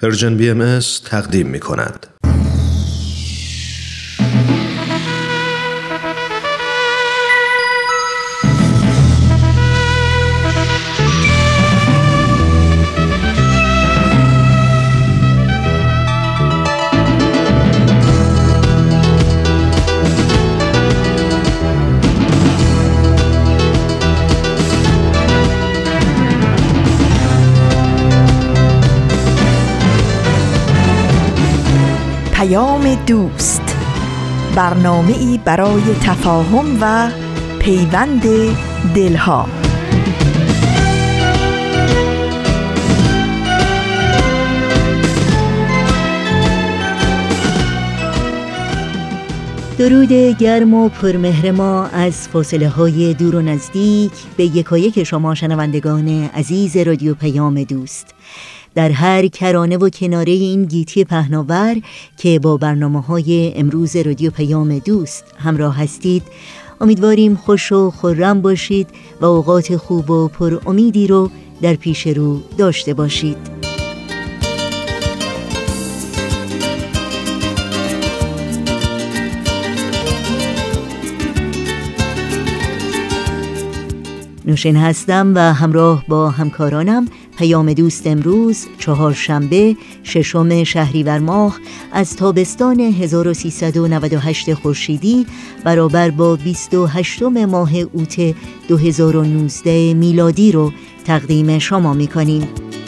پرژن BMS تقدیم می کند. دوست، برنامه‌ای برای تفاهم و پیوند دلها. درود گرم و پرمهر ما از فاصله های دور و نزدیک به یکایک شما شنوندگان عزیز رادیو پیام دوست، در هر کرانه و کناره این گیتی پهناور که با برنامه‌های امروز رادیو پیام دوست همراه هستید. امیدواریم خوش و خرم باشید و اوقات خوب و پر امیدی رو در پیش رو داشته باشید. نوشین هستم و همراه با همکارانم پیام دوست امروز چهارشنبه 6 شهریور ماه از تابستان 1398 خورشیدی برابر با 28 ماه اوت 2019 میلادی رو تقدیم شما می‌کنیم.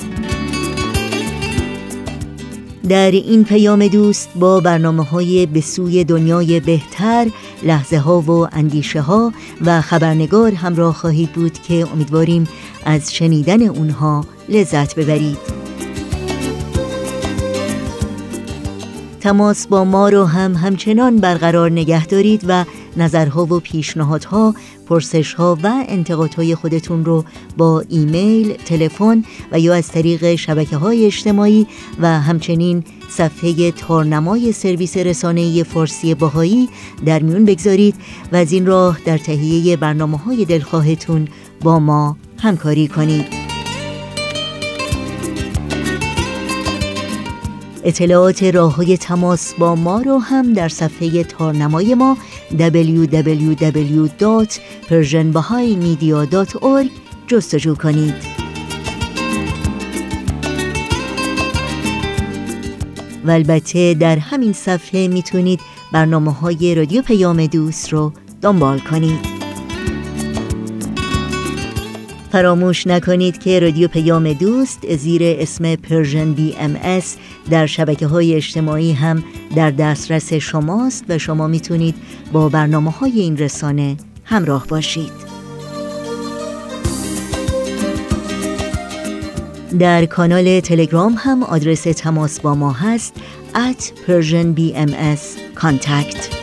در این پیام دوست با برنامه‌های به سوی دنیای بهتر، لحظه‌ها و اندیشه‌ها و خبرنگار همراه خواهید بود که امیدواریم از شنیدن اونها لذت ببرید. تماس با ما رو همچنان برقرار نگه دارید و نظرها و پیشنهادها، پرسشها و انتقادهای خودتون رو با ایمیل، تلفن و یا از طریق شبکه‌های اجتماعی و همچنین صفحه تارنمای سرویس رسانه‌ای فارسی باهایی در میون بگذارید و از این راه در تهیه برنامه‌های دلخواهتون با ما همکاری کنید. اطلاعات راه‌های تماس با ما رو هم در صفحه تارنمای ما www.persianbahaimedia.org جستجو کنید. و البته در همین صفحه میتونید برنامه‌های رادیو پیام دوست رو دنبال کنید. فراموش نکنید که رادیو پیام دوست زیر اسم پرژن BMS در شبکه‌های اجتماعی هم در دسترس شماست و شما میتونید با برنامه‌های این رسانه همراه باشید. در کانال تلگرام هم آدرس تماس با ما هست @PersianBMSContact.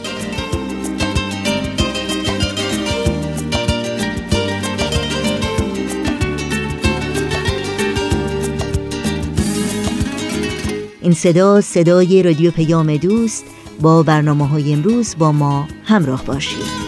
این صدای رادیو پیام دوست. با برنامه‌های امروز با ما همراه باشید.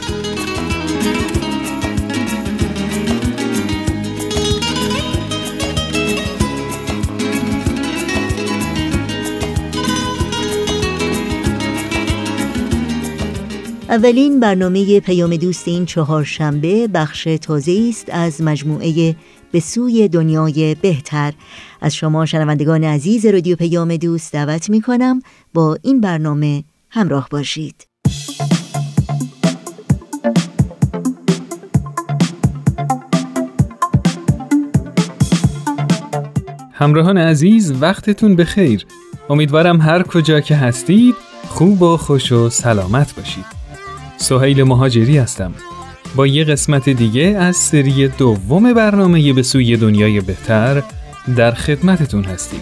اولین برنامه پیام دوست این چهارشنبه بخش تازه‌ای است از مجموعه به سوی دنیای بهتر. از شما شنوندگان عزیز رادیو پیام دوست دعوت می‌کنم با این برنامه همراه باشید. همراهان عزیز، وقتتون بخیر. امیدوارم هر کجا که هستید خوب و خوش و سلامت باشید. سهیل مهاجری هستم. با یه قسمت دیگه از سری دوم برنامه به سوی دنیای بهتر در خدمتتون هستیم.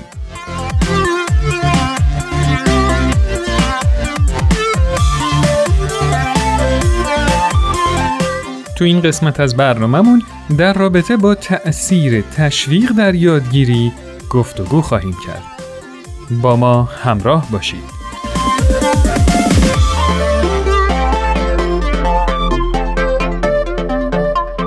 تو این قسمت از برنامه‌مون در رابطه با تأثیر تشویق در یادگیری گفتگو خواهیم کرد. با ما همراه باشید.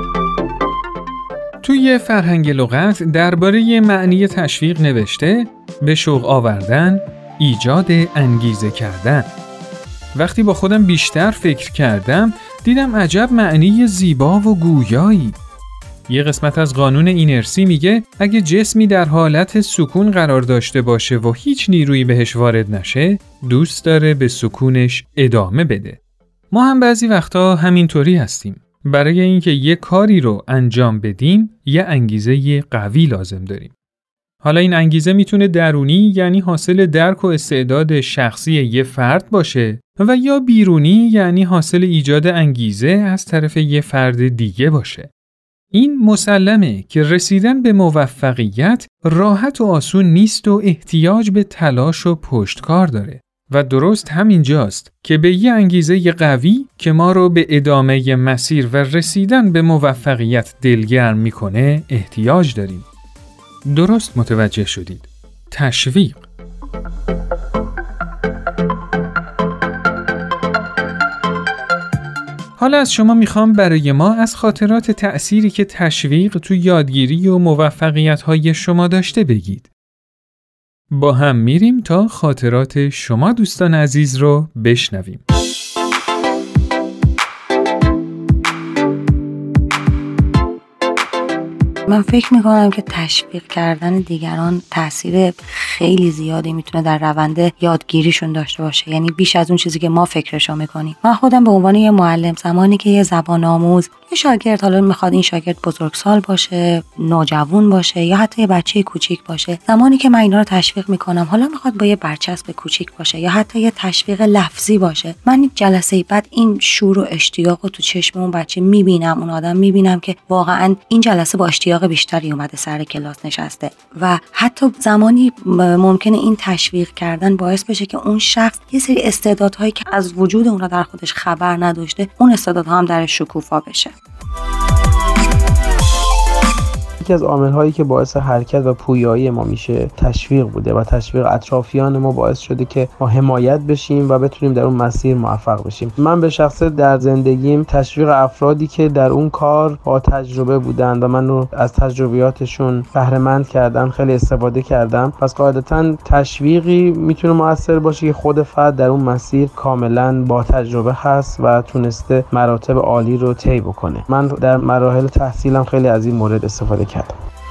توی فرهنگ لغت درباره معنی تشویق نوشته به شوق آوردن، ایجاد انگیزه کردن. وقتی با خودم بیشتر فکر کردم، دیدم عجب معنی زیبا و گویایی. یه قسمت از قانون اینرسی میگه اگه جسمی در حالت سکون قرار داشته باشه و هیچ نیرویی بهش وارد نشه، دوست داره به سکونش ادامه بده. ما هم بعضی وقتا همینطوری هستیم. برای اینکه یه کاری رو انجام بدیم، یه انگیزه قوی لازم داریم. حالا این انگیزه میتونه درونی، یعنی حاصل درک و استعداد شخصی یه فرد باشه، و یا بیرونی، یعنی حاصل ایجاد انگیزه از طرف یه فرد دیگه باشه. این مسلمه که رسیدن به موفقیت راحت و آسون نیست و احتیاج به تلاش و پشتکار داره. و درست همینجاست که به یه انگیزه قوی که ما رو به ادامه مسیر و رسیدن به موفقیت دلگرم میکنه احتیاج داریم. درست متوجه شدید. تشویق. حالا از شما میخوام برای ما از خاطرات تأثیری که تشویق تو یادگیری و موفقیت‌های شما داشته بگید. با هم میریم تا خاطرات شما دوستان عزیز رو بشنویم. من فکر میکنم که تشویق کردن دیگران تأثیر خیلی زیادی میتونه در روند یادگیریشون داشته باشه، یعنی بیش از اون چیزی که ما فکرشو میکنیم. من خودم به عنوان یه معلم، زمانی که یه زبان آموز، یه شاگرد، حالا میخواد این شاگرد بزرگسال باشه، نوجوان باشه یا حتی یه بچه کوچیک باشه، زمانی که من اینا رو تشویق میکنم، حالا میخواد با یه برچسب کوچیک باشه یا حتی یه تشویق لفظی باشه، من این جلسه بعد این شور و اشتیاق رو تو چشم اون بچه میبینم، اون آدم میبینم که واقعا این جلسه با اشتیاق بیشتری اومده سر کلاس نشسته. و حتی زمانی ممکنه این تشویق کردن باعث بشه که اون شخص یه سری استعدادهایی که از وجود اون در خودش خبر نداشته، اون استعدادها هم درش شکوفا بشه. یکی از عامل‌هایی که باعث حرکت و پویایی ما میشه تشویق بوده و تشویق اطرافیان ما باعث شده که ما حمایت بشیم و بتونیم در اون مسیر موفق بشیم. من به شخصه در زندگیم تشویق افرادی که در اون کار با تجربه بودن و من رو از تجربیاتشون بهره مند کردن خیلی استفاده کردم. پس قاعدتاً تشویقی میتونه مؤثر باشه که خود فرد در اون مسیر کاملاً با تجربه هست و تونسته مراتب عالی رو طی بکنه. من در مراحل تحصیلم خیلی از این مورد استفاده کردم.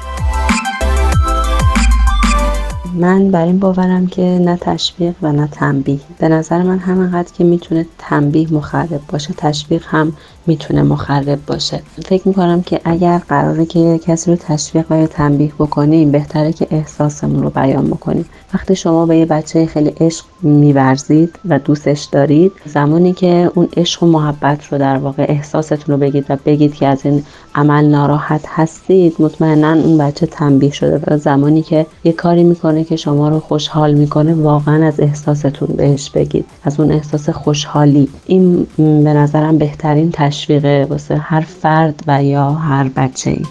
من بر این باورم که نه تشویق و نه تنبیه. به نظر من همینقدر که میتونه تنبیه مخرب باشه، تشویق هم میتونه مخرب باشه. فکر میکنم که اگر قراره که کسی رو تشویق و یا تنبیه بکنیم، بهتره که احساسمون رو بیان بکنیم. وقتی شما به یه بچه خیلی عشق می‌ورزید و دوستش دارید، زمانی که اون عشق و محبت رو در واقع احساستون رو بگید و بگید که از این عمل ناراحت هستید، مطمئناً اون بچه تنبیه شده. و زمانی که یه کاری میکنه که شما رو خوشحال میکنه، واقعاً از احساستون بهش بگید، از اون احساس خوشحالی. این به نظرم بهترین تشویقه واسه هر فرد و یا هر بچه‌ای.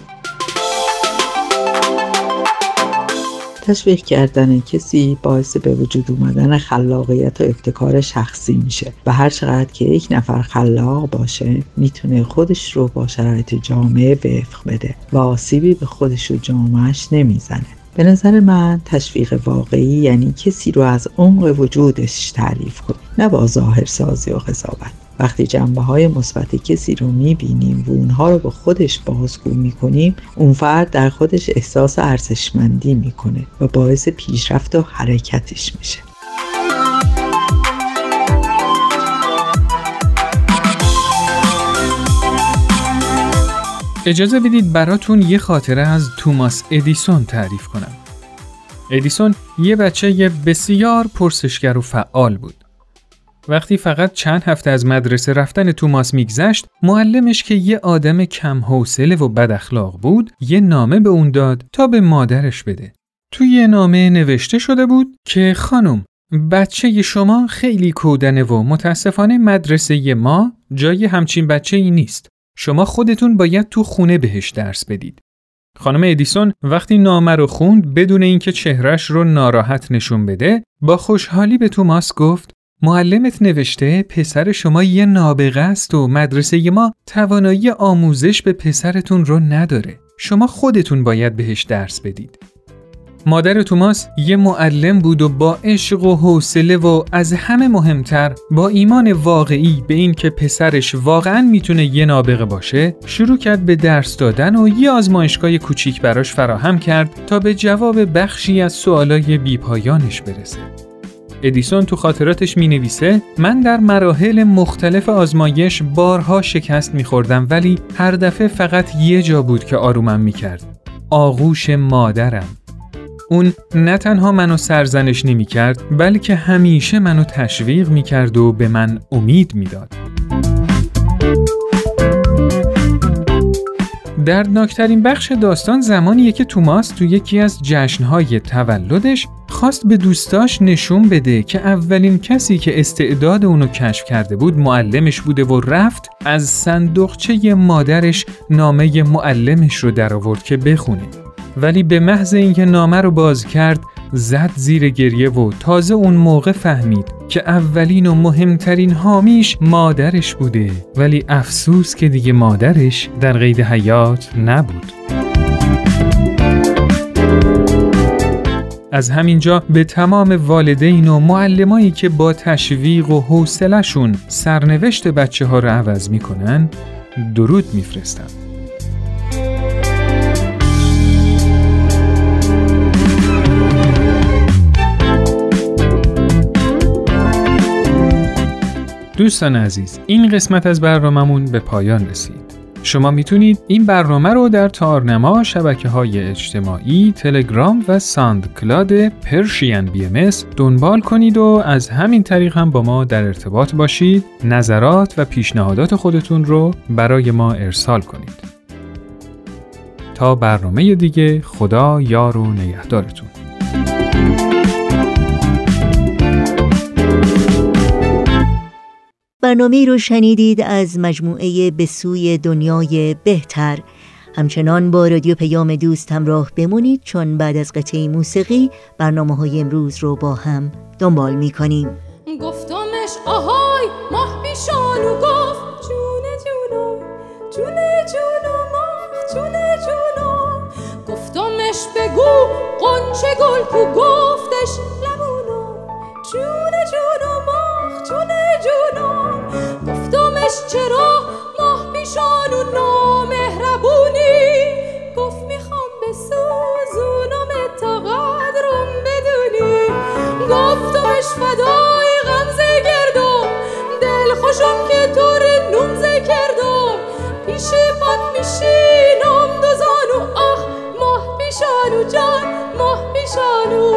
تشویق کردن کسی باعث به وجود اومدن خلاقیت و ابتکار شخصی میشه و هر چقدر که یک نفر خلاق باشه میتونه خودش رو با شرایط جامعه وفق بده و آسیبی به خودش و جامعهش نمیزنه. به نظر من تشویق واقعی یعنی کسی رو از عمق وجودش تعریف کنی، نه با ظاهر سازی و قضاوت. وقتی جنبه‌های مثبت کسی رو می‌بینیم و اونها رو به خودش بازگو می‌کنیم، اون فرد در خودش احساس ارزشمندی می‌کنه و باعث پیشرفت و حرکتش میشه. اجازه بدید براتون یه خاطره از توماس ادیسون تعریف کنم. ادیسون یه بچه بسیار پرسشگر و فعال بود. وقتی فقط چند هفته از مدرسه رفتن توماس میگذشت، معلمش که یه آدم کم حوصله و بد اخلاق بود، یه نامه به اون داد تا به مادرش بده. توی نامه نوشته شده بود که خانم، بچه شما خیلی کودنه و متاسفانه مدرسه ما جای همچین بچه‌ای نیست. شما خودتون باید تو خونه بهش درس بدید. خانم ادیسون وقتی نامه رو خوند، بدون اینکه چهرش رو ناراحت نشون بده، با خوشحالی به توماس گفت: معلمت نوشته پسر شما یه نابغه است و مدرسه ما توانایی آموزش به پسرتون رو نداره. شما خودتون باید بهش درس بدید. مادر توماس یه معلم بود و با عشق و حوصله و از همه مهمتر با ایمان واقعی به این که پسرش واقعاً میتونه یه نابغه باشه، شروع کرد به درس دادن و یه آزمایشگاه کوچیک براش فراهم کرد تا به جواب بخشی از سوالای بی‌پایانش برسه. ادیسون تو خاطراتش مینویسه: من در مراحل مختلف آزمایش بارها شکست میخوردم، ولی هر دفعه فقط یه جا بود که آرومم میکرد. آغوش مادرم. اون نه تنها منو سرزنش نمیکرد، بلکه همیشه منو تشویق میکرد و به من امید میداد. دردناکترین بخش داستان زمانیه که توماس تو یکی از جشن‌های تولدش خواست به دوستاش نشون بده که اولین کسی که استعداد اونو کشف کرده بود معلمش بوده و رفت از صندوقچه مادرش نامه معلمش رو در آورد که بخونه. ولی به محض اینکه نامه رو باز کرد زد زیر گریه و تازه اون موقع فهمید که اولین و مهمترین حامیش مادرش بوده، ولی افسوس که دیگه مادرش در قید حیات نبود. از همینجا به تمام والدین و معلمایی که با تشویق و حوصله‌شون سرنوشت بچه‌ها رو عوض می‌کنن درود می‌فرستم. دوستان عزیز، این قسمت از برناممون به پایان رسید. شما میتونید این برنامه رو در تارنما، شبکه‌های اجتماعی، تلگرام و ساند کلاد پرشین BMS دنبال کنید و از همین طریق هم با ما در ارتباط باشید. نظرات و پیشنهادات خودتون رو برای ما ارسال کنید. تا برنامه دیگه، خدا یار و نگهدارتون. برنامه رو شنیدید از مجموعه به سوی دنیای بهتر. همچنان با رادیو پیام دوست همراه بمونید، چون بعد از قطعه موسیقی برنامه‌های امروز رو با هم دنبال می‌کنیم. گفتمش آهای ماه پیشانو، گفت جونه جونو جونه جونو ماه جونه جونو. گفتمش بگو قنچه گل کو، گفتش لبونو جونه جونو ماه جونه جونو. گفتمش چرا ماه پیشانو نامهربونی، گفت میخوام بسوزونم تا قدرم بدونی. گفتمش فدای غمزه گردم، دل خوشم که تو رو نومزه کردم. پیش پات میشینم دو زانو، آخ ماه پیشانو جان ماه پیشانو.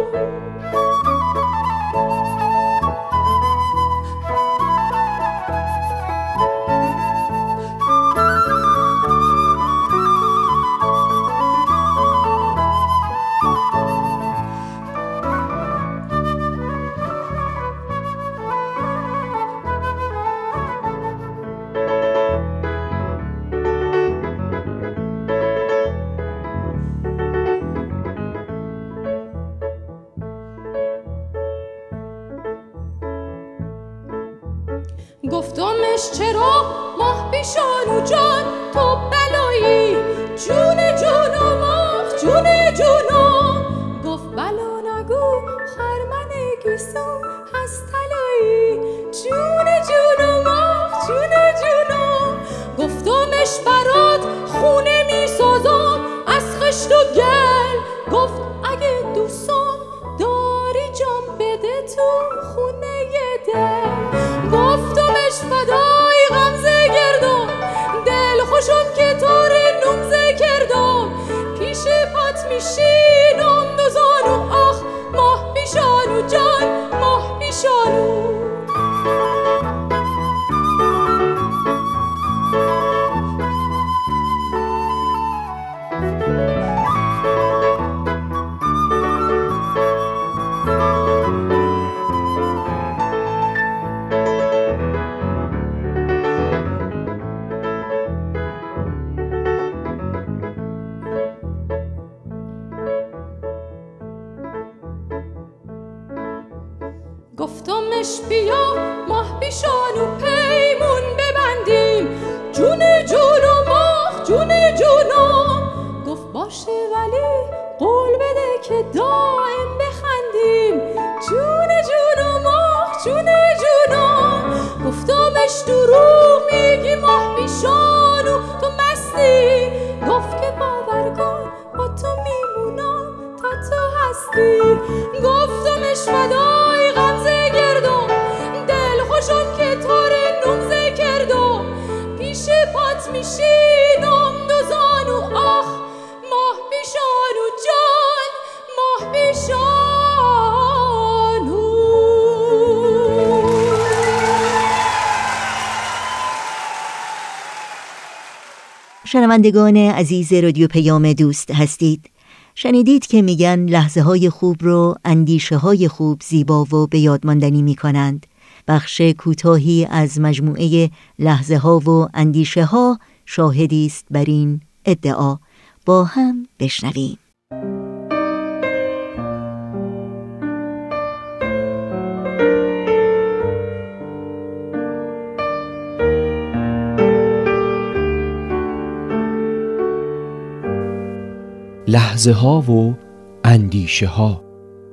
گفتمش چرا ماه پیشانو جان تو بلایی، جون جونو ماه جون جونو. گفت بلا نگو خرمن گیسم هست طلایی، جون جونو ماه جون جونو. گفتمش برات خونه میسازم از خشت و گل، گفت اگه دوستم داری جام بده تو خونه دل. گفتمش فدای غمزه گردم، دل خوشم که تو رو نومزه کردم. پیش پات میشینم دو زانو، آخ ماه پیشانو جان ماه پیشانو. گفتمش بیا ماه پیشانو پیمون ببندیم، جون جونو ماه جون جونو. گفت باشه ولی قول بده که که دائم بخندیم. جون جون و ماه جون جونم، گفتمش دروغ میگی ماه پیشانو تو مستی. گفت که باور کن با تو میمونم تا تو هستی. گفتمش فدای غمزه گردم، دل خوشم که طور نمزه کردم. پیش پات میشینم دو زانو، آخ ماه پیشانو جان ماه پیشانو. شنوندگان عزیز رادیو پیام دوست هستید. شنیدید که میگن لحظه های خوب رو اندیشه های خوب زیبا و به یاد ماندنی می کنند. بخش کوتاهی از مجموعه لحظه ها و اندیشه ها شاهدی است بر این ادعا. با هم بشنویم. لحظه ها و اندیشه ها.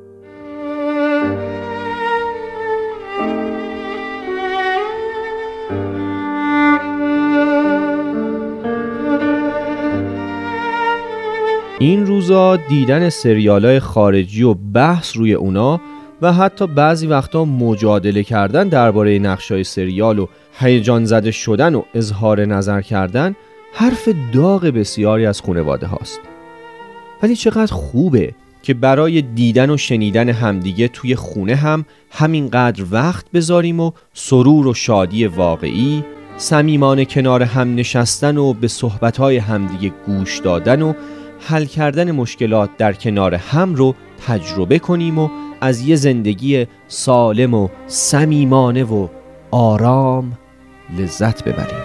این روزا دیدن سریالای خارجی و بحث روی اونا و حتی بعضی وقتا مجادله کردن درباره نقشای سریال و هیجان زده شدن و اظهار نظر کردن حرف داغ بسیاری از خانواده هاست. ولی چقدر خوبه که برای دیدن و شنیدن همدیگه توی خونه هم همینقدر وقت بذاریم و سرور و شادی واقعی، صمیمانه کنار هم نشستن و به صحبت‌های همدیگه گوش دادن و حل کردن مشکلات در کنار هم رو تجربه کنیم و از یه زندگی سالم و صمیمانه و آرام لذت ببریم.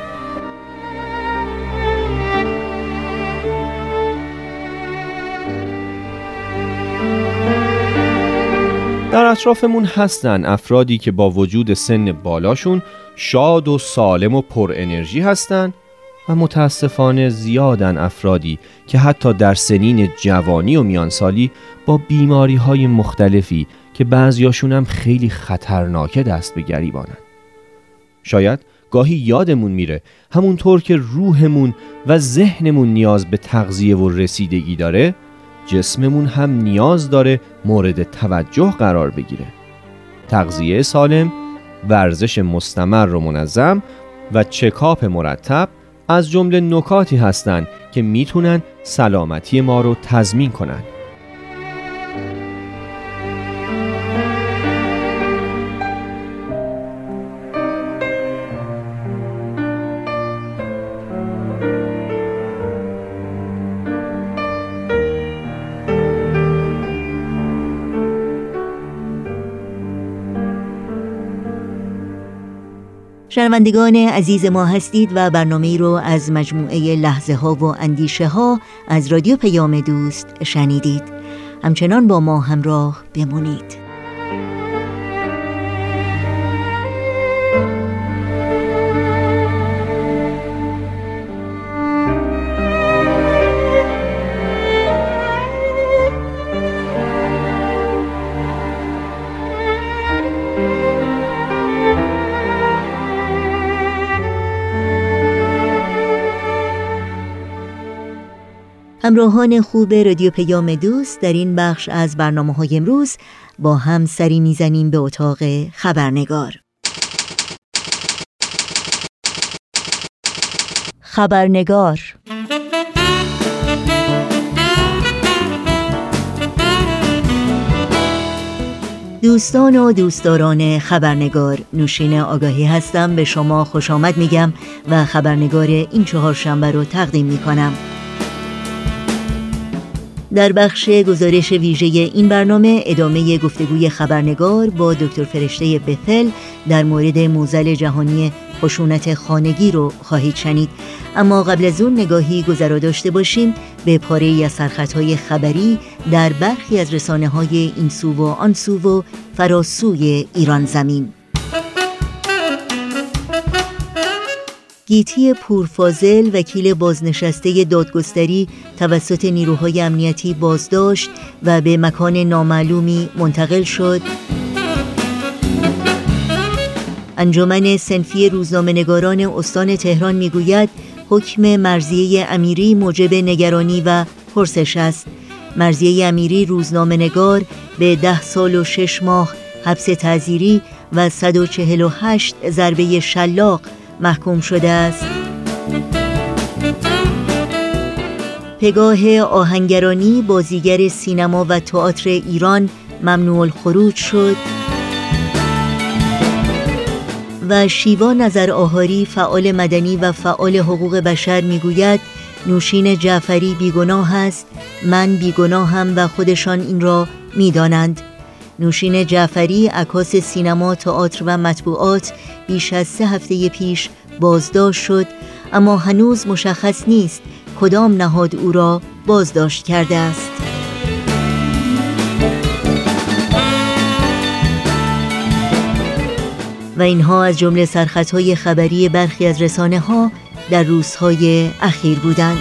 در اطرافمون هستن افرادی که با وجود سن بالاشون شاد و سالم و پر انرژی هستن و متاسفانه زیادن افرادی که حتی در سنین جوانی و میانسالی با بیماری‌های مختلفی که بعضیاشون هم خیلی خطرناکه دست به گریبانن. شاید گاهی یادمون میره همونطور که روحمون و ذهنمون نیاز به تغذیه و رسیدگی داره، جسممون هم نیاز داره مورد توجه قرار بگیره. تغذیه سالم، ورزش مستمر و منظم و چکاپ مرتب از جمله نکاتی هستن که میتونن سلامتی ما رو تضمین کنن. شنوندگان عزیز ما هستید و برنامه رو از مجموعه لحظه ها و اندیشه ها از رادیو پیام دوست شنیدید. همچنان با ما همراه بمونید. همراهان خوب رادیو پیام دوست، در این بخش از برنامه‌های امروز با هم سری میزنیم به اتاق خبرنگار. خبرنگار. دوستان و دوستداران خبرنگار، نوشین آگاهی هستم. به شما خوش آمد میگم و خبرنگار این چهارشنبه رو تقدیم میکنم. در بخش گزارش ویژه این برنامه ادامه گفتگوی خبرنگار با دکتر فرشته بثل در مورد معضل جهانی خشونت خانگی رو خواهید شنید. اما قبل از اون نگاهی گذرا داشته باشیم به پاره‌ای از سرخطهای خبری در برخی از رسانه‌های این سو و آن سو و فراسوی ایران زمین. گیتی پورفاضل وکیل بازنشسته دادگستری توسط نیروهای امنیتی بازداشت و به مکان نامعلومی منتقل شد. انجمن صنفی روزنامه‌نگاران استان تهران میگوید حکم مرضیه امیری موجب نگرانی و پرسش است. مرضیه امیری روزنامه‌نگار به 10 سال و 6 ماه حبس تعزیری و 148 ضربه شلاق محکوم شده است. پگاه آهنگرانی بازیگر سینما و تئاتر ایران ممنوع الخروج شد و شیوا نظرآهاری فعال مدنی و فعال حقوق بشر میگوید نوشین جعفری بیگناه است، من بیگناهم و خودشان این را میدانند. نوشین جعفری عکاس سینما، تئاتر و مطبوعات بیش از 3 هفته پیش بازداشت شد، اما هنوز مشخص نیست کدام نهاد او را بازداشت کرده است. و اینها از جمله سرخطهای خبری برخی از رسانه‌ها در روزهای اخیر بودند.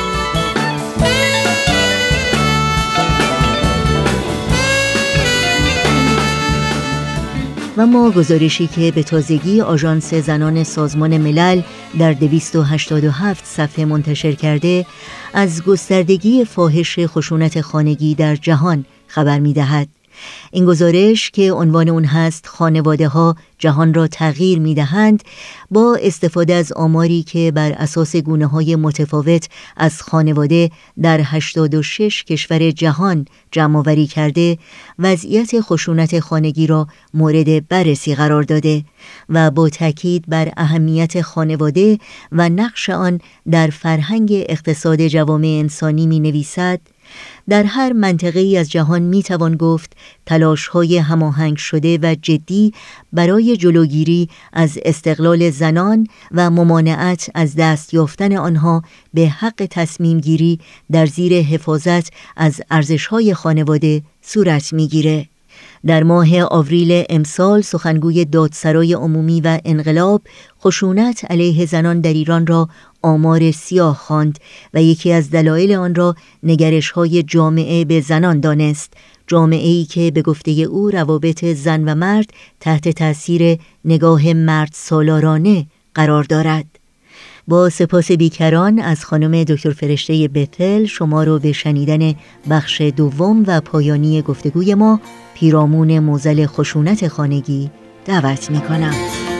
و ما گزارشی که به تازگی آژانس زنان سازمان ملل در 287 صفحه منتشر کرده از گستردگی فاحش خشونت خانگی در جهان خبر می‌دهد. این گزارش که عنوان اون هست خانواده‌ها جهان را تغییر می‌دهند، با استفاده از آماری که بر اساس گونه‌های متفاوت از خانواده در 86 کشور جهان جمع‌آوری کرده، وضعیت خشونت خانگی را مورد بررسی قرار داده و با تاکید بر اهمیت خانواده و نقش آن در فرهنگ اقتصاد جوامع انسانی می‌نویسد: در هر منطقه‌ای از جهان میتوان گفت تلاش‌های هماهنگ شده و جدی برای جلوگیری از استقلال زنان و ممانعت از دست یافتن آنها به حق تصمیم گیری در زیر حفاظت از ارزش‌های خانواده صورت میگیره. در ماه آوریل امسال سخنگوی دادسرای عمومی و انقلاب خشونت علیه زنان در ایران را آمار سیاه خواند و یکی از دلایل آن را نگرش‌های جامعه به زنان دانست، جامعه‌ای که به گفته او روابط زن و مرد تحت تأثیر نگاه مرد سالارانه قرار دارد. با سپاس بیکران از خانم دکتر فرشته بتل شما رو به شنیدن بخش دوم و پایانی گفتگوی ما پیرامون معضل خشونت خانگی دعوت می‌کنم.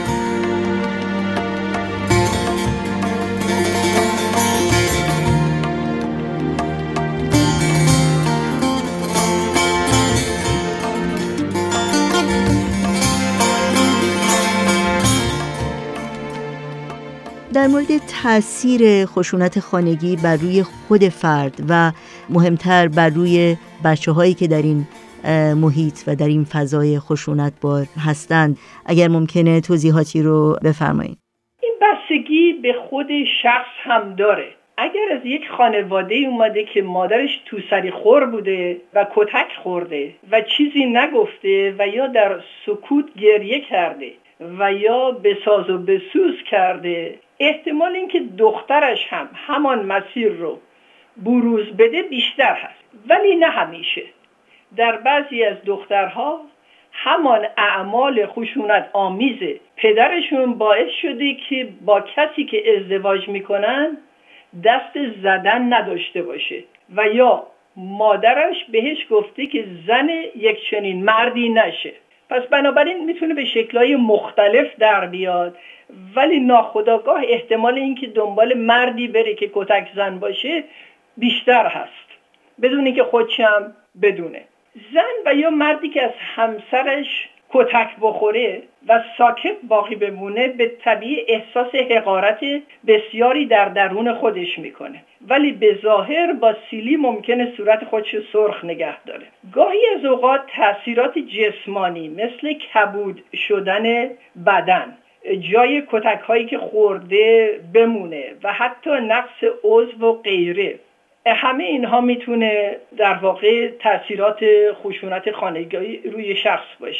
در مورد تأثیر خشونت خانگی بر روی خود فرد و مهمتر بر روی بچه‌هایی که در این محیط و در این فضای خشونت‌بار هستند، اگر ممکنه توضیحاتی رو بفرمایید. این بستگی به خود شخص هم داره. اگر از یک خانواده اومده که مادرش توسری خور بوده و کتک خورده و چیزی نگفته و یا در سکوت گریه کرده و یا بساز و بسوز کرده، احتمال اینکه دخترش هم همان مسیر رو بروز بده بیشتر هست، ولی نه همیشه. در بعضی از دخترها همان اعمال خشونت آمیز پدرشون باعث شده که با کسی که ازدواج میکنن دست زدن نداشته باشه و یا مادرش بهش گفته که زن یک چنین مردی نشه. پس بنابراین میتونه به شکل‌های مختلف در بیاد، ولی ناخودآگاه احتمال اینکه دنبال مردی بره که کتک زن باشه بیشتر هست، بدون اینکه خودش هم بدونه. زن و یا مردی که از همسرش کتک بخوره و ساکت باقی بمونه به طبیعی احساس حقارت بسیاری در درون خودش میکنه، ولی به ظاهر با سیلی ممکنه صورت خودش سرخ نگه داره. گاهی از اوقات تأثیرات جسمانی مثل کبود شدن بدن، جای کتک هایی که خورده بمونه و حتی نقص عضو و غیره، همه اینها میتونه در واقع تأثیرات خشونت خانگی روی شخص باشه.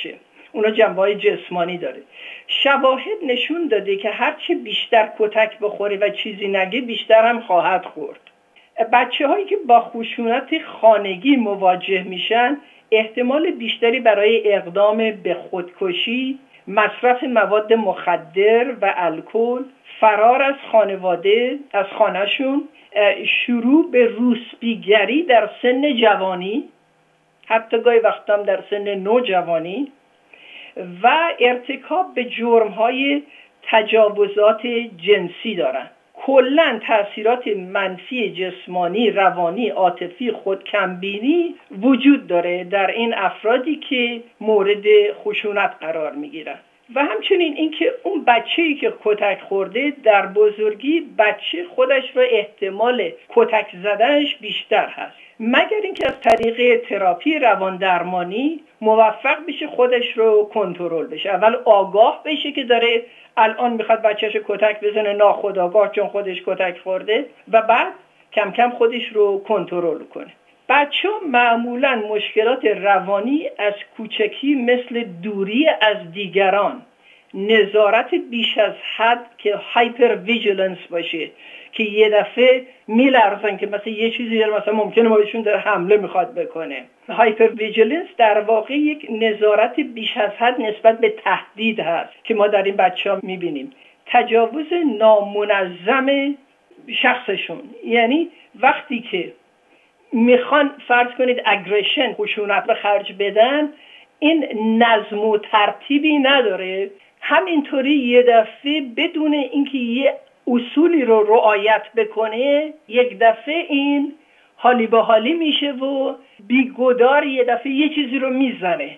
اونا جنبه‌های جسمانی داره. شواهد نشون داده که هرچه بیشتر کتک بخوره و چیزی نگه بیشتر هم خواهد خورد. بچه‌هایی که با خشونت خانگی مواجه میشن احتمال بیشتری برای اقدام به خودکشی، مصرف مواد مخدر و الکل، فرار از خانواده، از خانه‌شون، شروع به روسپیگری در سن جوانی، حتی گاهی وقتا هم در سن نوجوانی، و ارتکاب به جرم‌های تجاوزات جنسی دارن. کلاً تأثیرات منفی جسمانی، روانی، عاطفی، خودکمبینی وجود داره در این افرادی که مورد خشونت قرار میگیرن. و همچنین اینکه اون بچه‌ای که کتک خورده در بزرگی بچه خودش رو احتمال کتک زدنش بیشتر هست، مگر اینکه از طریق تراپی روان درمانی موفق بشه خودش رو کنترل بشه. اول آگاه بشه که داره الان میخواد بچه‌ش کتک بزنه ناخودآگاه چون خودش کتک خورده، و بعد کم کم خودش رو کنترل کنه. بچه‌ها معمولاً مشکلات روانی از کوچکی مثل دوری از دیگران، نظارت بیش از حد که هایپر ویژیلنس باشه که یه دفعه میلرزن که مثلا یه چیزی مثلا ممکنه بهشون در حمله میخواد بکنه. هایپر ویژیلنس در واقع یک نظارت بیش از حد نسبت به تهدید هست که ما در این بچه‌ها میبینیم. تجاوز نامنظم شخصشون، یعنی وقتی که میخوان فرض کنید اگریشن، خشونت به خرج بدن، این نظم و ترتیبی نداره، همینطوری یه دفعه بدون اینکه یه اصولی رو رعایت بکنه یک دفعه این حالی به حالی میشه و بیگدار یه دفعه یه چیزی رو میزنه،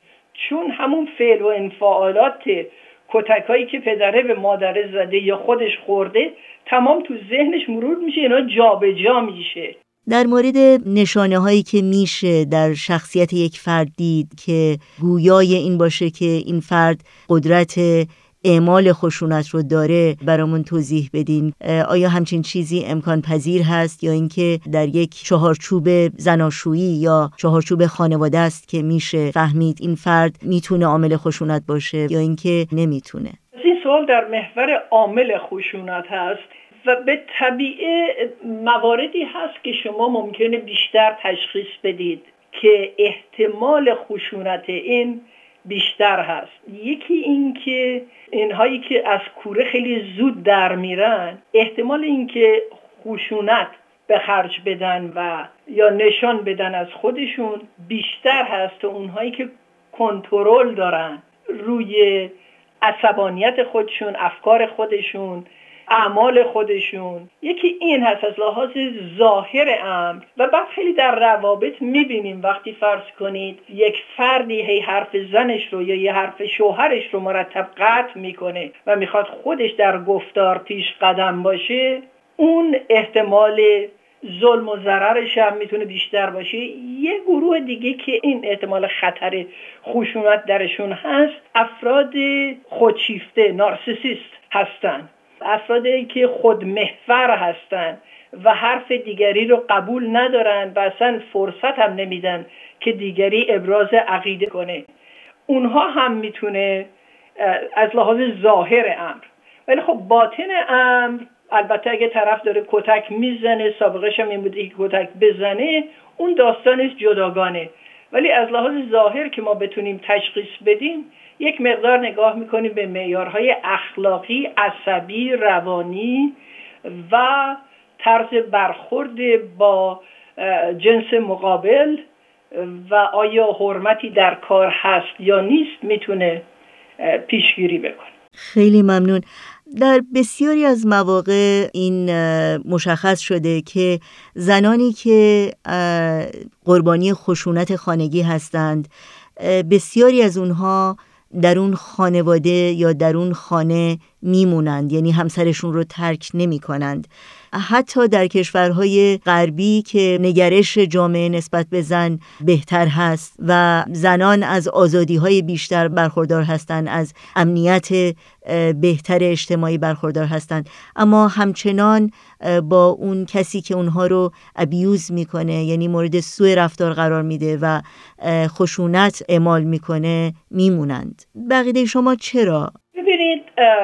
چون همون فعل و انفعالات کتکایی که پدره به مادره زده یا خودش خورده تمام تو ذهنش مرور میشه، اینا جابجا میشه. در مورد نشانه هایی که میشه در شخصیت یک فرد دید که گویای این باشه که این فرد قدرت اعمال خشونت رو داره برامون توضیح بدین. آیا همچین چیزی امکان پذیر هست یا اینکه در یک چهارچوب زناشویی یا چهارچوب خانواده است که میشه فهمید این فرد میتونه عامل خشونت باشه یا اینکه نمیتونه؟ این سوال در محور عامل خشونت هست و به طبیعه مواردی هست که شما ممکنه بیشتر تشخیص بدید که احتمال خشونت این بیشتر هست. یکی این که اینهایی که از کوره خیلی زود در میرن احتمال این که خشونت به خرج بدن و یا نشان بدن از خودشون بیشتر هست تا اونهایی که کنترل دارن روی عصبانیت خودشون، افکار خودشون، اعمال خودشون. یکی این هست از لحاظ ظاهر امر. و بعد خیلی در روابط میبینیم وقتی فرض کنید یک فردی هی حرف زنش رو یا یه حرف شوهرش رو مرتب قطع میکنه و میخواد خودش در گفتار پیش قدم باشه، اون احتمال ظلم و ضررش هم میتونه بیشتر باشه. یه گروه دیگه که این احتمال خطر خشونت درشون هست افراد خودشیفته، نارسیسیست هستن، افرادی که خودمحور هستن و حرف دیگری رو قبول ندارن و اصلا فرصت هم نمیدن که دیگری ابراز عقیده کنه. اونها هم میتونه از لحاظ ظاهر امر، ولی خب باطن امر البته اگه طرف داره کتک میزنه، سابقش هم این بوده که کتک بزنه، اون داستانش جداگانه. ولی از لحاظ ظاهر که ما بتونیم تشخیص بدیم، یک مقدار نگاه میکنیم به معیارهای اخلاقی، عصبی، روانی و طرز برخورد با جنس مقابل و آیا حرمتی در کار هست یا نیست میتونه پیشگیری بکنه. خیلی ممنون. در بسیاری از مواقع این مشخص شده که زنانی که قربانی خشونت خانگی هستند، بسیاری از اونها در اون خانواده یا در اون خانه میمونند، یعنی همسرشون رو ترک نمی کنند. حتی در کشورهای غربی که نگرش جامعه نسبت به زن بهتر هست و زنان از آزادی‌های بیشتر برخوردار هستند، از امنیت بهتر اجتماعی برخوردار هستند، اما همچنان با اون کسی که اونها رو ابیوز میکنه، یعنی مورد سوء رفتار قرار میده و خشونت اعمال میکنه، میمونند. بقیده شما چرا؟ ببینید،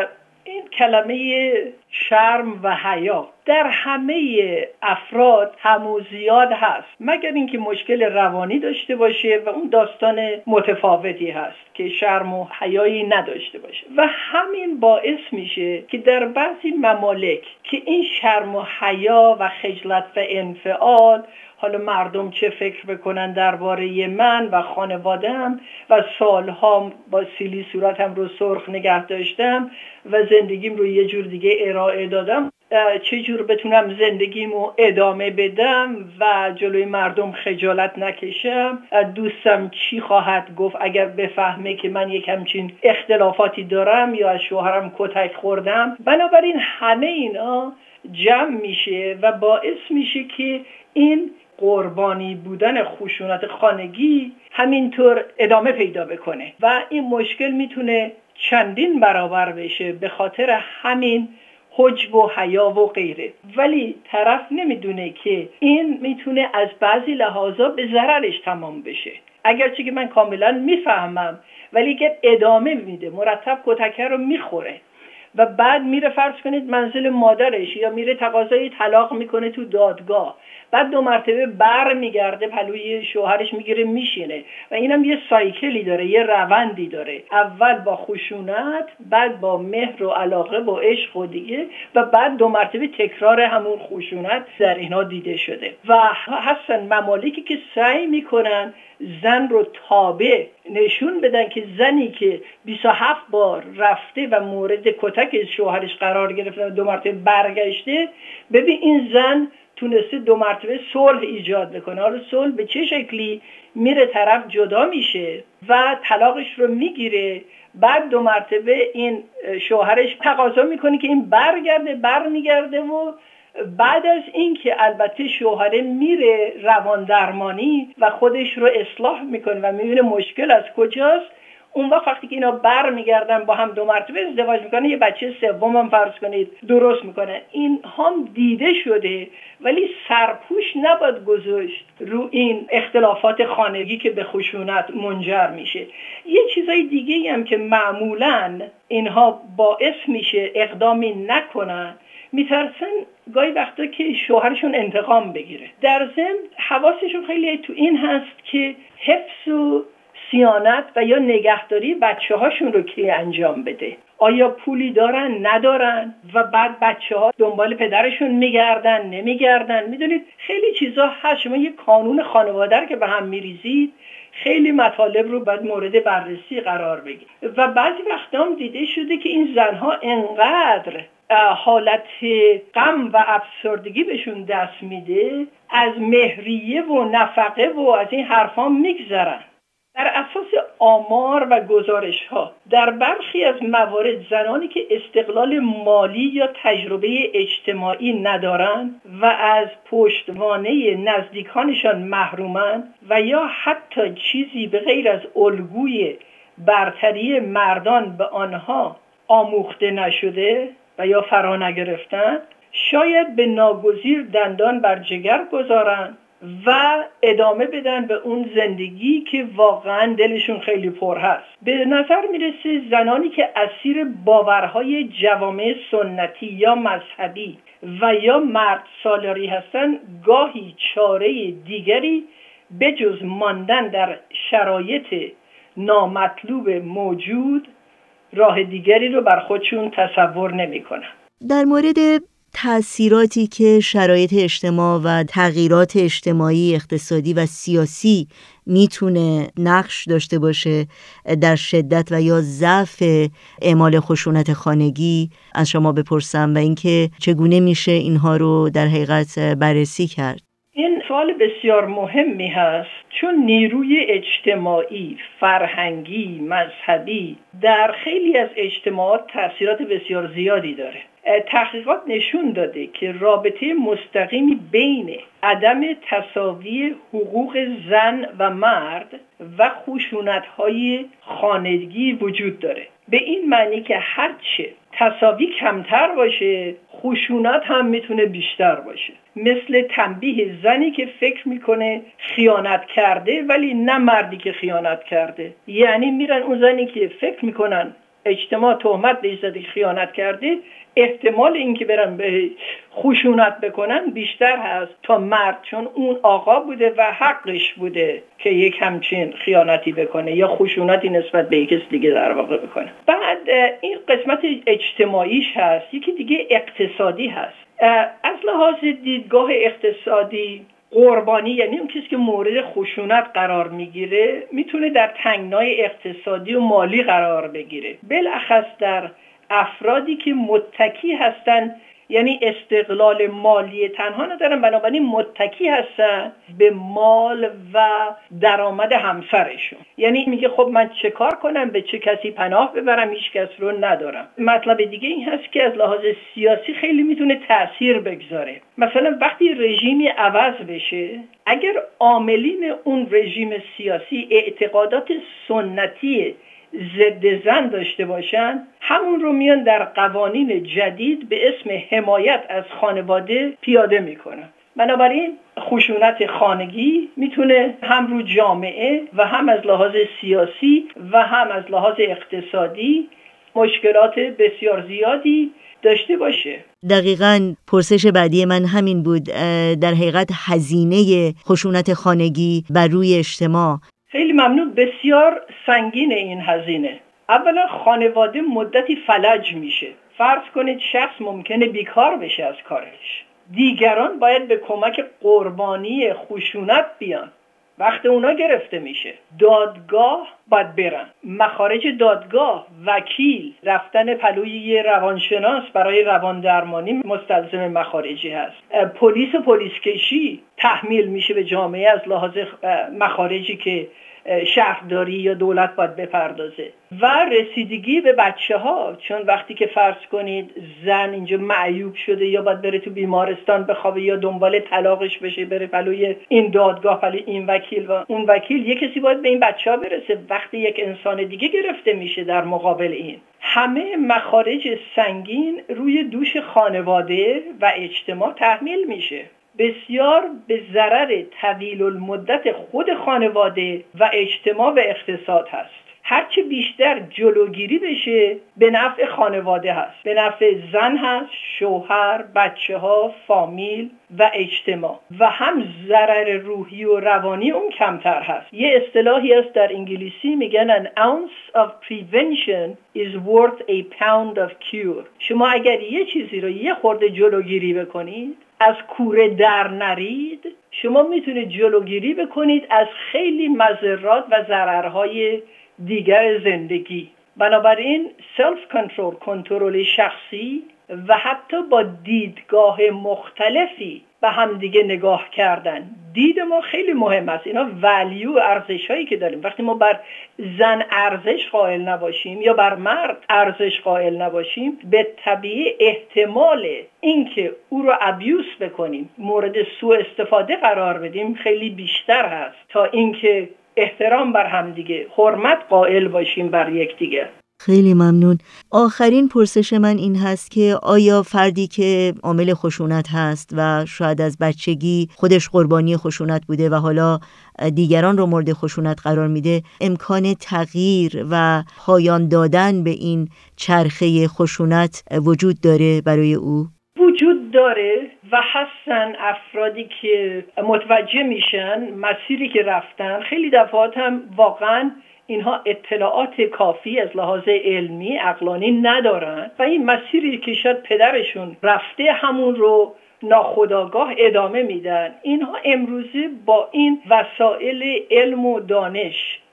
این کلمه شرم و حیا در همه افراد هم و زیاد هست، مگر اینکه مشکل روانی داشته باشه و اون داستان متفاوتی هست که شرم و حیایی نداشته باشه. و همین باعث میشه که در بعضی ممالک که این شرم و حیا و خجلت و انفعال، حالا مردم چه فکر بکنن درباره من و خانواده‌ام و سالها با سیلی صورتم رو سرخ نگه داشتم و زندگیم رو یه جور دیگه ارائه دادم، چه جور بتونم زندگیمو ادامه بدم و جلوی مردم خجالت نکشم، دوستم چی خواهد گفت اگر بفهمه که من یک همچین اختلافاتی دارم یا از شوهرم کتک خوردم. بنابراین همه اینا جمع میشه و باعث میشه که این قربانی بودن خشونت خانگی همینطور ادامه پیدا بکنه و این مشکل میتونه چندین برابر بشه به خاطر همین حجب و حیا و غیره. ولی طرف نمیدونه که این میتونه از بعضی لحاظا به ضررش تمام بشه. اگرچه که من کاملا میفهمم، ولی که ادامه میده، مرتب کتکه رو میخوره و بعد میره فرض کنید منزل مادرش یا میره تقاضای طلاق میکنه تو دادگاه، بعد 2 مرتبه بر میگرده پلوی شوهرش میگیره میشینه و اینم یه سایکلی داره، یه روندی داره، اول با خشونت، بعد با مهر و علاقه و عشق و دیگه، و بعد 2 مرتبه تکرار همون خشونت در اینا دیده شده. و هستن ممالکی که سعی میکنن زن رو تابع نشون بدن که زنی که 27 بار رفته و مورد کتک شوهرش قرار گرفته و 2 مرتبه برگشته، ببین این زن تونسته 2 مرتبه صلح ایجاد بکنه. حالا صلح به چه شکلی؟ میره طرف جدا میشه و طلاقش رو میگیره، بعد 2 مرتبه این شوهرش تقاضا میکنه که این برمیگرده و بعد از این که البته شوهره میره روان درمانی و خودش رو اصلاح میکنه و میبینه مشکل از کجاست، اون وقتی که اینا برمیگردن با هم 2 مرتبه ازدواج میکنه، یه بچه سوم هم فرض کنید درست میکنه. این هم دیده شده، ولی سرپوش نباید گذاشت رو این اختلافات خانگی که به خشونت منجر میشه. یه چیزای دیگه هم که معمولاً اینها باعث میشه اقدامی نکنن، میترسن گاهی وقتا که شوهرشون انتقام بگیره. در ضمن حواسشون خیلی تو این هست که حفظ و صیانت و یا نگهداری بچه هاشون رو کی انجام بده، آیا پولی دارن ندارن، و بعد بچه ها دنبال پدرشون میگردن نمیگردن. میدونید خیلی چیزا هست، شما یه قانون خانواده که به هم میریزید خیلی مطالب رو باید مورد بررسی قرار بگیرید. و بعضی وقتا هم دیده شده که این زنها انقدر حالت غم و افسردگی بهشون دست میده، از مهریه و نفقه و از این حرفا میگذرن. در اساس آمار و گزارش ها در برخی از موارد زنانی که استقلال مالی یا تجربه اجتماعی ندارن و از پشتوانه نزدیکانشان محرومن و یا حتی چیزی به غیر از الگوی برتری مردان به آنها آموخته نشده و یا فرا نگرفتن، شاید به ناگزیر دندان بر جگر گذارن و ادامه بدن به اون زندگی که واقعا دلشون خیلی پر هست. به نظر میرسه زنانی که اسیر باورهای جوامع سنتی یا مذهبی و یا مرد سالاری هستن، گاهی چاره دیگری به جز ماندن در شرایط نامطلوب موجود راه دیگری رو بر خودشون تصور نمی کنن. در مورد تأثیراتی که شرایط اجتماع و تغییرات اجتماعی، اقتصادی و سیاسی میتونه نقش داشته باشه در شدت و یا ضعف اعمال خشونت خانگی از شما بپرسم و اینکه چگونه میشه اینها رو در حقیقت بررسی کرد. این سوال بسیار مهمی هست، چون نیروی اجتماعی، فرهنگی، مذهبی در خیلی از اجتماعات تأثیرات بسیار زیادی داره. تحقیقات نشون داده که رابطه مستقیمی بین عدم تساوی حقوق زن و مرد و خشونت‌های خانگی وجود داره. به این معنی که هرچه تساوی کمتر باشه، خشونت هم میتونه بیشتر باشه. مثل تنبیه زنی که فکر میکنه خیانت کرده ولی نه مردی که خیانت کرده. یعنی میرن اون زنی که فکر میکنن اجتماع تهمت بهش زده خیانت کرده، احتمال اینکه برن به خشونت بکنن بیشتر هست تا مرد، چون اون آقا بوده و حقش بوده که یک همچین خیانتی بکنه یا خشونتی نسبت به یک کس دیگه در واقع بکنه. بعد این قسمت اجتماعیش هست. یکی دیگه اقتصادی هست. از لحاظ دیدگاه اقتصادی، قربانی یعنی اون کسی که مورد خشونت قرار میگیره میتونه در تنگنای اقتصادی و مالی قرار بگیره، بالاخص در افرادی که متکی هستن، یعنی استقلال مالی تنها ندارن، بنابراین متکی هستن به مال و درآمد همسرشون. یعنی میگه خب من چه کار کنم، به چه کسی پناه ببرم، هیچ کس رو ندارم. مطلب دیگه این هست که از لحاظ سیاسی خیلی میتونه تأثیر بگذاره. مثلا وقتی رژیمی عوض بشه، اگر عاملین اون رژیم سیاسی اعتقادات سنتی ضد زن داشته باشن، همون رو میان در قوانین جدید به اسم حمایت از خانواده پیاده میکنن. بنابراین خشونت خانگی میتونه هم رو جامعه و هم از لحاظ سیاسی و هم از لحاظ اقتصادی مشکلات بسیار زیادی داشته باشه. دقیقاً پرسش بعدی من همین بود. در حقیقت هزینه خشونت خانگی بر روی اجتماع. خیلی ممنون. بسیار سنگین این هزینه. اولا خانواده مدتی فلج میشه. فرض کنید شخص ممکنه بیکار بشه از کارش. دیگران باید به کمک قربانی خشونت بیان. وقت اونا گرفته میشه. دادگاه باید برن. مخارج دادگاه، وکیل، رفتن پلوی یه روانشناس برای روان درمانی مستلزم مخارجی هست. پلیس و پلیسکشی تحمیل میشه به جامعه از لحاظ مخارجی که شهرداری یا دولت باید بپردازه. و رسیدگی به بچه ها، چون وقتی که فرض کنید زن اینجا معیوب شده یا باید بره تو بیمارستان بخوابه یا دنبال طلاقش بشه، بره پلوی این دادگاه، پلوی این وکیل و اون وکیل، یه کسی باید به این بچه ها برسه. وقتی یک انسان دیگه گرفته میشه در مقابل این، همه مخارج سنگین روی دوش خانواده و اجتماع تحمیل میشه. بسیار به ضرر طویل المدت خود خانواده و اجتماع و اقتصاد هست. هرچه بیشتر جلوگیری بشه به نفع خانواده هست، به نفع زن هست، شوهر، بچه ها، فامیل و اجتماع، و هم ضرر روحی و روانی اون کمتر هست. یه اصطلاحی هست در انگلیسی میگن an ounce of prevention is worth a pound of cure. شما اگر یه چیزی رو یه خورده جلوگیری بکنید، از کوره در نرید، شما میتونید جلوگیری بکنید از خیلی مضرات و ضررهای دیگر زندگی. بنابراین سلف کنترل، کنترل شخصی و حتی با دیدگاه مختلفی به هم دیگه نگاه کردن. دید ما خیلی مهم است. اینا ولیو، ارزش هایی که داریم. وقتی ما بر زن ارزش قائل نباشیم یا بر مرد ارزش قائل نباشیم، به طبیعی احتمال اینکه او رو ابیوز بکنیم، مورد سوء استفاده قرار بدیم خیلی بیشتر هست تا اینکه احترام بر هم دیگه، حرمت قائل باشیم بر یکدیگر. خیلی ممنون. آخرین پرسش من این هست که آیا فردی که عامل خشونت هست و شاید از بچگی خودش قربانی خشونت بوده و حالا دیگران رو مورد خشونت قرار میده، امکان تغییر و پایان دادن به این چرخه خشونت وجود داره برای او؟ وجود داره و هستن افرادی که متوجه میشن مسیری که رفتن. خیلی دفعات هم واقعا اینها اطلاعات کافی از لحاظ علمی عقلانی ندارن و این مسیری که شاید پدرشون رفته همون رو ناخودآگاه ادامه میدن. اینها امروزه با این وسایل علم و دانش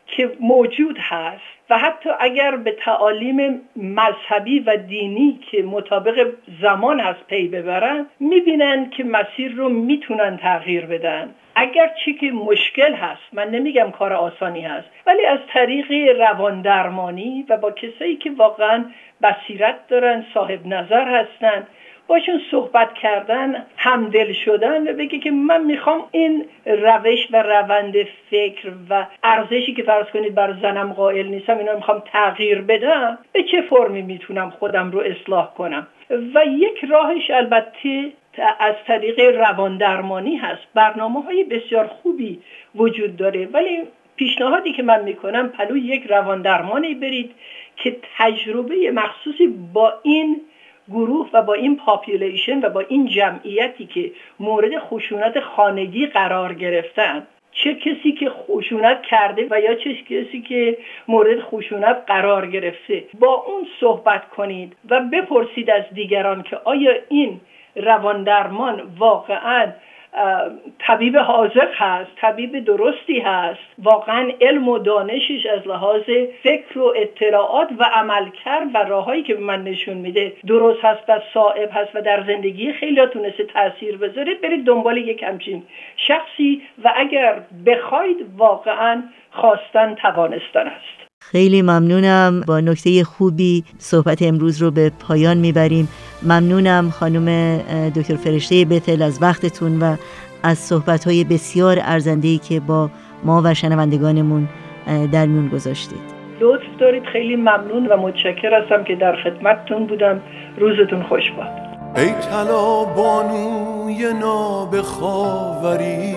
که موجود هست و حتی اگر به تعالیم مذهبی و دینی که مطابق زمان هست پی ببرن، میبینن که مسیر رو میتونن تغییر بدن. اگر چی که مشکل هست، من نمیگم کار آسانی هست، ولی از طریق روان درمانی و با کسایی که واقعا بصیرت دارن، صاحب نظر هستن، باشون صحبت کردن، همدل شدن و بگه که من میخوام این روش و روند فکر و ارزشی که فرض کنید بر زنم قائل نیستم اینا میخوام تغییر بدم، به چه فرمی میتونم خودم رو اصلاح کنم. و یک راهش البته از طریق روان درمانی هست. برنامه‌های بسیار خوبی وجود داره، ولی پیشنهادی که من میکنم پلوی یک روان درمانی برید که تجربه مخصوصی با این گروه و با این پاپولیشن و با این جمعیتی که مورد خشونت خانگی قرار گرفتن، چه کسی که خشونت کرده و یا چه کسی که مورد خشونت قرار گرفته، با اون صحبت کنید و بپرسید از دیگران که آیا این روان درمان واقعاً طبیب حاذق هست، طبیب درستی هست، واقعا علم و دانشش از لحاظ فکر و اطلاعات و عملکرد و راههایی که به من نشون میده درست هست و صائب هست و در زندگی خیلی ها تونسته تأثیر بذاره. برید دنبال یک همچین شخصی و اگر بخواید واقعا خواستن توانستن است. خیلی ممنونم. با نکته خوبی صحبت امروز رو به پایان میبریم. ممنونم خانم دکتر فرشته بتل از وقتتون و از صحبت‌های بسیار ارزنده‌ای که با ما و شنوندگانمون در میون گذاشتید. لطف دارید. خیلی ممنون و متشکر هستم که در خدمتتون بودم. روزتون خوش باد. ای طلا بانوی نابخاوری،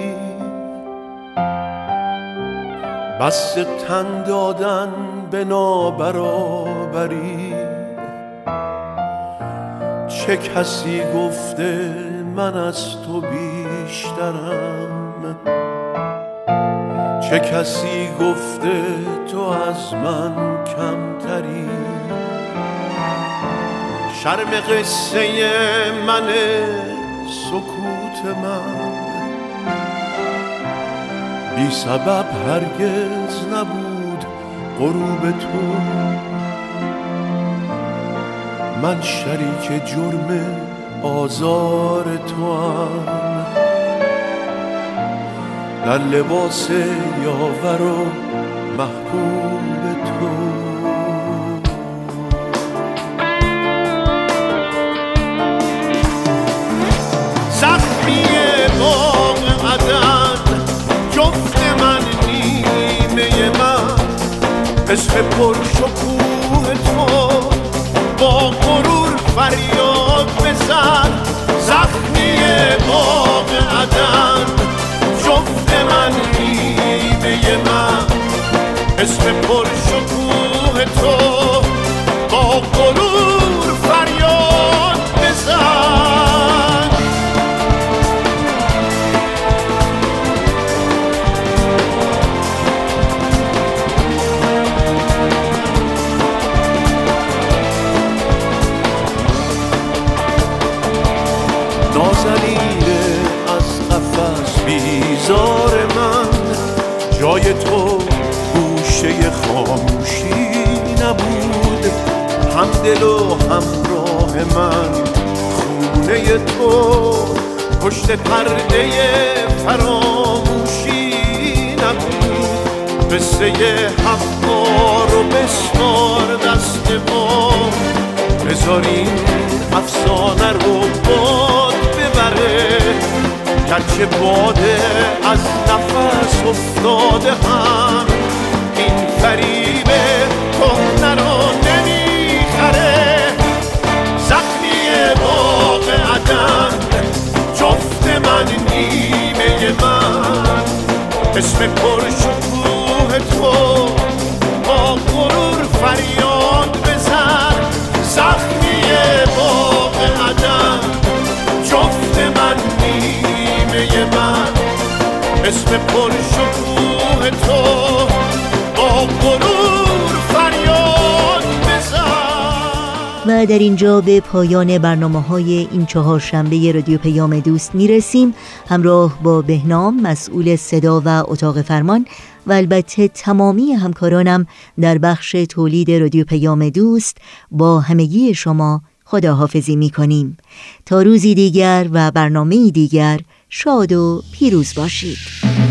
بس تن دادن به نابرابری، چه کسی گفته من از تو بیشترم، چه کسی گفته تو از من کمتری، شرم قصه من سکوت من بی سبب هرگز نبود غروب تو، من شریک جرم آزار تو هم، در لباس یاور و محبوب تو. زخمی باغ عدن جفت من، نیمه من، عشق پرشکوه تو، با غرور فریاد بزن. زخمی باغ عدن جفت من، نیمه من، عشق پرشکوه تو، با غرور فریاد بزن. نازنینه از قفس بیزار من، جای تو گوشه خاموشی نبود، همدل و همراه من خونه تو، پشت پرده فراموشی نبود، قصه حقا رو بسپار دست ما، بذار این افسانه رو باد ببره، گرچه باده از نفس افتاده هم این فریب کهنه رو نمیخره. زخمی باغ عدن جفت من، نیمه من، اسم پرشکوه تو، با غرور فریاد بزن. زخمی باغ عدن جفت من، نیمه من، اسم پرشکوه تو، با غرور فریاد بزن. و در اینجا به پایان برنامه‌های این چهارشنبه رادیو پیام دوست میرسیم. همراه با بهنام مسئول صدا و اتاق فرمان و البته تمامی همکارانم در بخش تولید رادیو پیام دوست با همگی شما خداحافظی می کنیم. تا روزی دیگر و برنامه‌ای دیگر شاد و پیروز باشید.